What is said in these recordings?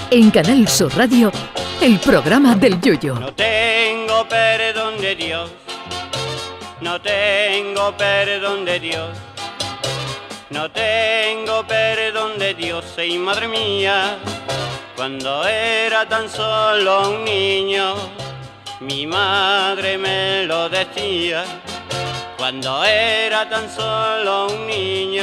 En Canal Sur Radio, el programa del Yoyo. No tengo perdón de Dios, no tengo perdón de Dios, no tengo perdón de Dios, y madre mía, cuando era tan solo un niño, mi madre me lo decía. Cuando era tan solo un niño,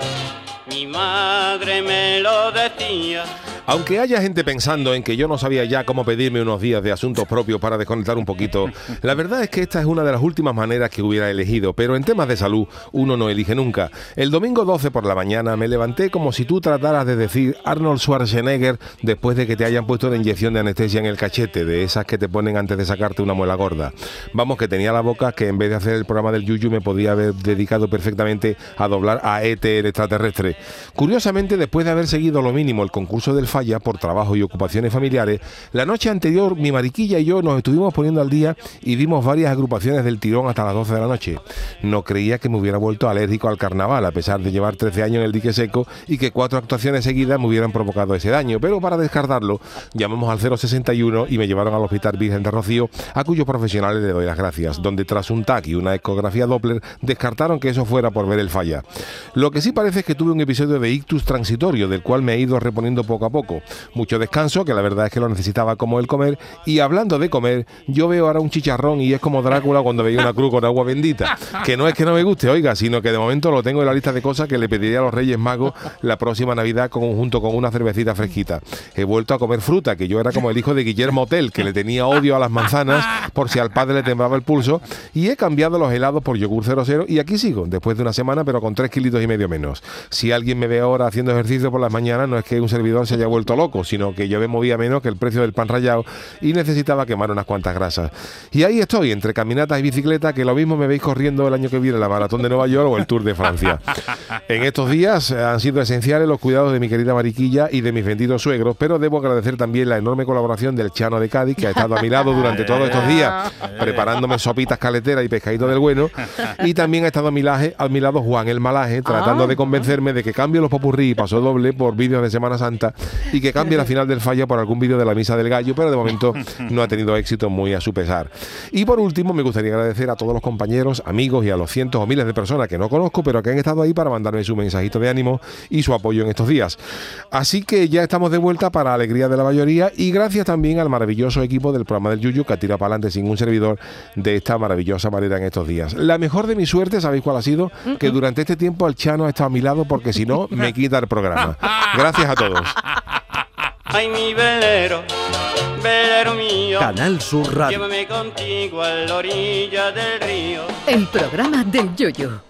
mi madre me lo decía. Aunque haya gente pensando en que yo no sabía ya cómo pedirme unos días de asuntos propios para desconectar un poquito, la verdad es que esta es una de las últimas maneras que hubiera elegido, pero en temas de salud uno no elige nunca. El domingo 12 por la mañana me levanté como si tú trataras de decir Arnold Schwarzenegger después de que te hayan puesto la inyección de anestesia en el cachete, de esas que te ponen antes de sacarte una muela gorda. Vamos, que tenía la boca que en vez de hacer el programa del Yuyu me podía haber dedicado perfectamente a doblar a E.T. el extraterrestre. Curiosamente, después de haber seguido lo mínimo el concurso del Falla por trabajo y ocupaciones familiares, la noche anterior mi mariquilla y yo nos estuvimos poniendo al día y vimos varias agrupaciones del tirón hasta las 12 de la noche. No creía que me hubiera vuelto alérgico al carnaval, a pesar de llevar 13 años en el dique seco y que 4 actuaciones seguidas me hubieran provocado ese daño, pero para descartarlo llamamos al 061 y me llevaron al Hospital Virgen de Rocío, a cuyos profesionales le doy las gracias, donde tras un TAC y una ecografía Doppler descartaron que eso fuera por ver el Falla. Lo que sí parece es que tuve un episodio de ictus transitorio, del cual me he ido reponiendo poco a poco. Mucho descanso, que la verdad es que lo necesitaba como el comer, y hablando de comer, yo veo ahora un chicharrón y es como Drácula cuando veía una cruz con agua bendita, que no es que no me guste, oiga, sino que de momento lo tengo en la lista de cosas que le pediría a los Reyes Magos la próxima Navidad junto con una cervecita fresquita. He vuelto a comer fruta, que yo era como el hijo de Guillermo Tell, que le tenía odio a las manzanas por si al padre le temblaba el pulso, y he cambiado los helados por yogur 00 y aquí sigo, después de una semana, pero con 3,5 kilos menos. Si alguien me ve ahora haciendo ejercicio por las mañanas, no es que un servidor se haya vuelto loco, sino que yo me movía menos que el precio del pan rallado y necesitaba quemar unas cuantas grasas. Y ahí estoy, entre caminatas y bicicleta, que lo mismo me veis corriendo el año que viene la Maratón de Nueva York o el Tour de Francia. En estos días han sido esenciales los cuidados de mi querida mariquilla y de mis benditos suegros, pero debo agradecer también la enorme colaboración del Chano de Cádiz, que ha estado a mi lado durante todos estos días, preparándome sopitas caleteras y pescadito del bueno, y también ha estado a mi lado Juan el Malaje, tratando de convencerme de que cambie los popurrí y paso doble por vídeos de Semana Santa y que cambie la final del Falla por algún vídeo de la Misa del Gallo, pero de momento no ha tenido éxito, muy a su pesar. Y por último, me gustaría agradecer a todos los compañeros, amigos y a los cientos o miles de personas que no conozco, pero que han estado ahí para mandarme su mensajito de ánimo y su apoyo en estos días. Así que ya estamos de vuelta para alegría de la mayoría y gracias también al maravilloso equipo del programa del Yuyu, que ha tirado para adelante sin un servidor de esta maravillosa manera en estos días. La mejor de mi suerte, ¿sabéis cuál ha sido? Que durante este tiempo el Chano ha estado a mi lado, porque si no, me quita el programa. Gracias a todos. Ay, mi velero, velero mío, Canal Sur Radio. llévame contigo a la orilla del río. El programa del Yoyo.